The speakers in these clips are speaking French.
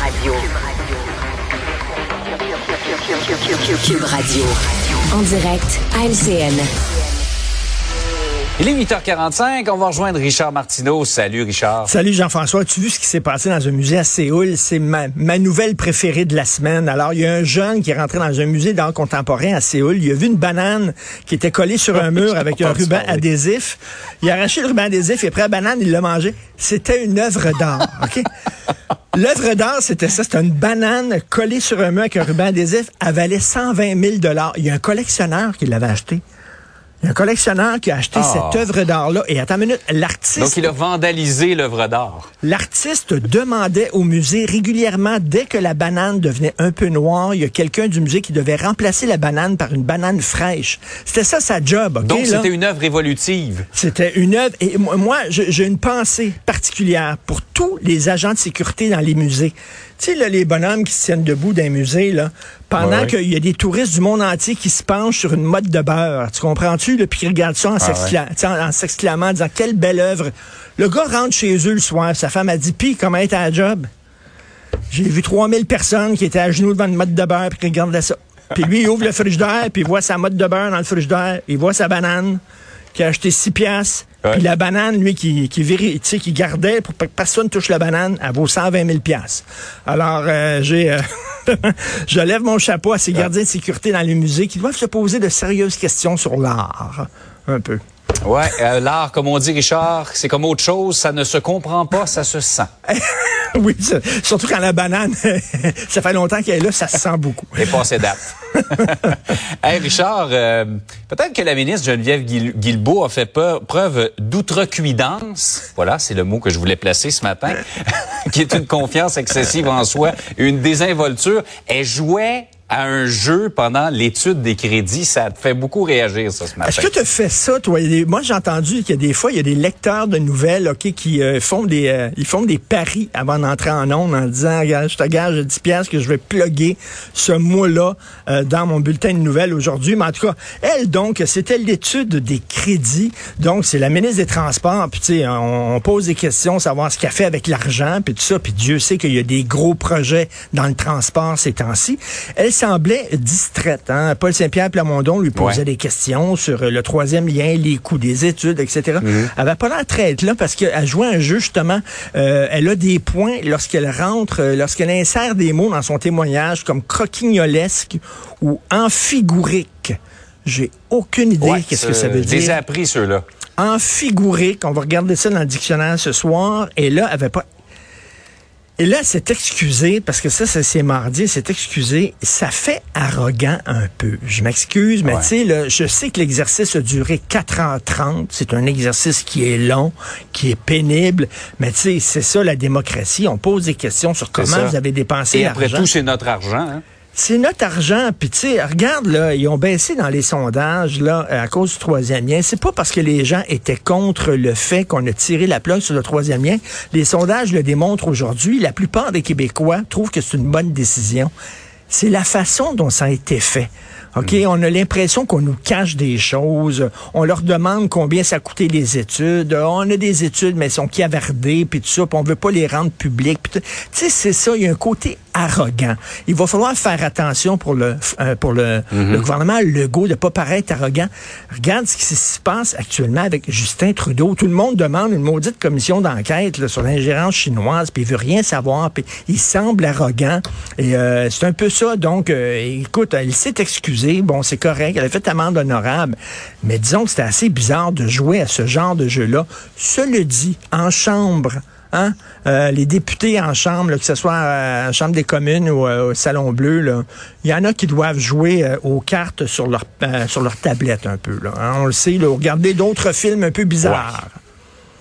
Cube Radio. En direct à LCN. Il est 8h45, on va rejoindre Richard Martineau. Salut Richard. Salut Jean-François. As-tu vu ce qui s'est passé dans un musée à Séoul? C'est ma nouvelle préférée de la semaine. Alors, il y a un jeune qui est rentré dans un musée d'art contemporain à Séoul. Il a vu une banane qui était collée sur un mur avec un ruban adhésif. Il a arraché le ruban adhésif, il a pris la banane, il l'a mangée. C'était une œuvre d'art, OK? L'œuvre d'art, c'était ça. C'était une banane collée sur un mur avec un ruban adhésif. Elle valait 120 000 $. Il y a un collectionneur qui l'avait acheté. Il y a un collectionneur qui a acheté cette œuvre d'art-là. Et attends une minute, l'artiste... Donc, il a vandalisé l'œuvre d'art. L'artiste demandait au musée régulièrement, dès que la banane devenait un peu noire, il y a quelqu'un du musée qui devait remplacer la banane par une banane fraîche. C'était ça sa job, OK? Donc, c'était une œuvre évolutive. C'était une œuvre... Et moi, j'ai une pensée particulière pour tous les agents de sécurité dans les musées. Tu sais, là, les bonhommes qui se tiennent debout dans les musées, là, pendant qu'il y a des touristes du monde entier qui se penchent sur une motte de beurre. Tu comprends-tu? Puis qui regardent ça en s'exclamant, en disant « Quelle belle œuvre! » Le gars rentre chez eux le soir. Sa femme a dit « Pis, comment est ta job? » J'ai vu 3000 personnes qui étaient à genoux devant une motte de beurre puis qui regardaient ça. Puis lui, il ouvre le frigidaire puis il voit sa motte de beurre dans le frigidaire. Il voit sa banane qui a acheté 6 piastres. Puis la banane, lui, qui gardait pour que personne touche la banane, elle vaut 120 000 $. Alors, je lève mon chapeau à ces gardiens de sécurité dans les musées qui doivent se poser de sérieuses questions sur l'art. Un peu. Ouais, l'art, comme on dit, Richard, c'est comme autre chose. Ça ne se comprend pas, ça se sent. Oui, surtout quand la banane, ça fait longtemps qu'elle est là, ça se sent beaucoup. Et passé date. Hey, Richard, peut-être que la ministre Geneviève Guilbeault a fait preuve d'outrecuidance. Voilà, c'est le mot que je voulais placer ce matin. Qui est une confiance excessive en soi, une désinvolture. Elle jouait à un jeu pendant l'étude des crédits. Ça te fait beaucoup réagir, ça, ce matin. Est-ce que tu as fait ça, toi? Moi, j'ai entendu qu'il y a des fois, il y a des lecteurs de nouvelles, OK, qui font des paris avant d'entrer en ondes en disant, regarde, je te gage 10 piastres que je vais plugger ce mot-là dans mon bulletin de nouvelles aujourd'hui. Mais en tout cas, elle, donc, c'était l'étude des crédits. Donc, c'est la ministre des Transports. Puis, tu sais, on pose des questions, savoir ce qu'elle fait avec l'argent, puis tout ça. Puis Dieu sait qu'il y a des gros projets dans le transport ces temps-ci. Elle semblait distraite. Hein? Paul Saint-Pierre Plamondon lui posait des questions sur le troisième lien, les coûts des études, etc. Elle avait pas l'air très là parce qu'elle jouait un jeu, justement. Elle a des points lorsqu'elle rentre, lorsqu'elle insère des mots dans son témoignage comme croquignolesque ou amphigourique. J'ai aucune idée qu'est-ce que ça veut dire. Je les ai appris, ceux-là. Amphigourique. On va regarder ça dans le dictionnaire ce soir. Et là, elle avait pas... Et là, c'est excusé, parce que ça c'est mardi, c'est excusé. Ça fait arrogant un peu. Je m'excuse, mais tu sais, là, je sais que l'exercice a duré 4h30. C'est un exercice qui est long, qui est pénible. Mais tu sais, c'est ça la démocratie. On pose des questions sur comment vous avez dépensé l'argent. Et après tout, c'est notre argent, hein? C'est notre argent. Puis, tu sais, regarde, là, ils ont baissé dans les sondages, là, à cause du troisième lien. C'est pas parce que les gens étaient contre le fait qu'on a tiré la plug sur le troisième lien. Les sondages le démontrent aujourd'hui. La plupart des Québécois trouvent que c'est une bonne décision. C'est la façon dont ça a été fait. OK, on a l'impression qu'on nous cache des choses. On leur demande combien ça coûtait les études. On a des études, mais elles sont cavardées, puis tout ça, puis on veut pas les rendre publiques. Tu sais, c'est ça, il y a un côté arrogant. Il va falloir faire attention pour le gouvernement Legault de pas paraître arrogant. Regarde ce qui se passe actuellement avec Justin Trudeau. Tout le monde demande une maudite commission d'enquête là, sur l'ingérence chinoise, puis il veut rien savoir, puis il semble arrogant. Et c'est un peu ça. Donc, écoute, elle s'est excusée. Bon, c'est correct. Elle a fait amende honorable. Mais disons que c'était assez bizarre de jouer à ce genre de jeu-là. Cela dit, en chambre, hein, les députés en chambre, là, que ce soit à la Chambre des communes ou au Salon Bleu, il y en a qui doivent jouer aux cartes sur leur tablette un peu. Là, hein. On le sait, là, regarder d'autres films un peu bizarres. Ouais.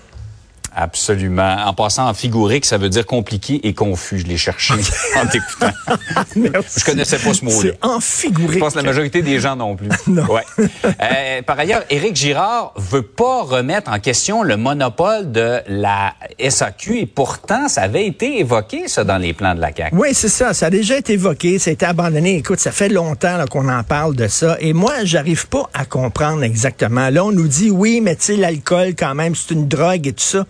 Absolument. En passant en figurique, ça veut dire compliqué et confus. Je l'ai cherché en t'écoutant. Je connaissais pas ce mot-là. C'est en figurique. Je pense que la majorité des gens non plus. Non. Ouais. Par ailleurs, Éric Girard veut pas remettre en question le monopole de la SAQ et pourtant, ça avait été évoqué, ça, dans les plans de la CAQ. Oui, c'est ça. Ça a déjà été évoqué. Ça a été abandonné. Écoute, ça fait longtemps là, qu'on en parle de ça. Et moi, j'arrive pas à comprendre exactement. Là, on nous dit, oui, mais tu sais, l'alcool, quand même, c'est une drogue et tout ça.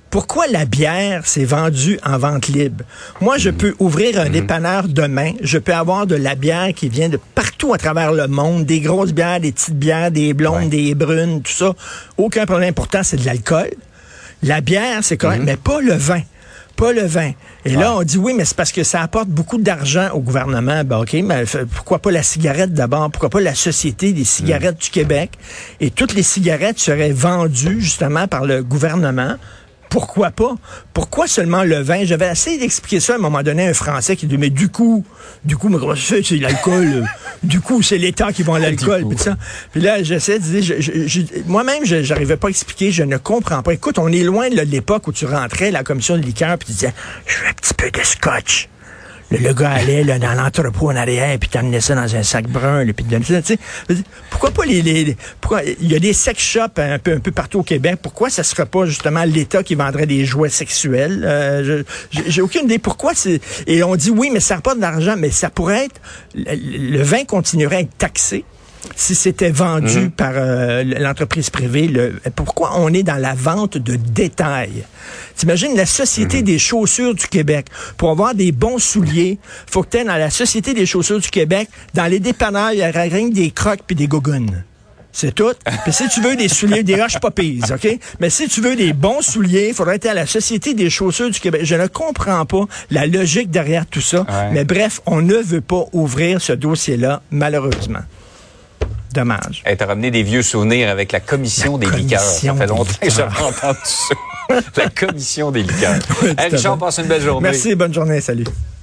Pourquoi la bière s'est vendue en vente libre? Moi, je peux ouvrir un dépanneur demain. Je peux avoir de la bière qui vient de partout à travers le monde. Des grosses bières, des petites bières, des blondes, des brunes, tout ça. Aucun problème. Pourtant, c'est de l'alcool. La bière, c'est correct, mais pas le vin. Pas le vin. Et là, on dit oui, mais c'est parce que ça apporte beaucoup d'argent au gouvernement. Ben, OK, mais pourquoi pas la cigarette d'abord? Pourquoi pas la Société des cigarettes du Québec? Et toutes les cigarettes seraient vendues justement par le gouvernement. Pourquoi pas? Pourquoi seulement le vin? J'avais essayé d'expliquer ça à un moment donné à un Français qui dit, mais du coup, mais comment ça, c'est l'alcool? Du coup, c'est l'État qui vend l'alcool. Puis là, j'essaie de dire, moi-même, j'arrivais pas à expliquer, je ne comprends pas. Écoute, on est loin de l'époque où tu rentrais à la commission de liqueur puis tu disais, je veux un petit peu de scotch. Le gars allait là, dans l'entrepôt en arrière, puis t'amenais ça dans un sac brun, puis te donnait ça. Tu sais, pourquoi pas pourquoi il y a des sex shops un peu partout au Québec? Pourquoi ça serait pas justement l'État qui vendrait des jouets sexuels? J'ai aucune idée. Pourquoi c'est. Et on dit oui, mais ça rapporte de l'argent, mais ça pourrait être. Le vin continuerait à être taxé si c'était vendu par l'entreprise privée. Pourquoi on est dans la vente de détail? T'imagines la Société des chaussures du Québec. Pour avoir des bons souliers, faut que tu aies dans la Société des chaussures du Québec, dans les dépanneurs, il y a rien que des crocs puis des gougounes. C'est tout. Puis si tu veux des souliers, des roches poppies, OK? Mais si tu veux des bons souliers, il faudrait être à la Société des chaussures du Québec. Je ne comprends pas la logique derrière tout ça. Ouais. Mais bref, on ne veut pas ouvrir ce dossier-là, malheureusement. Dommage. Elle t'a ramené des vieux souvenirs avec la commission des liqueurs. Ça fait longtemps que j'avais entendu ça. La commission des liqueurs. Oui, Richard, passe une belle journée. Merci, bonne journée, salut.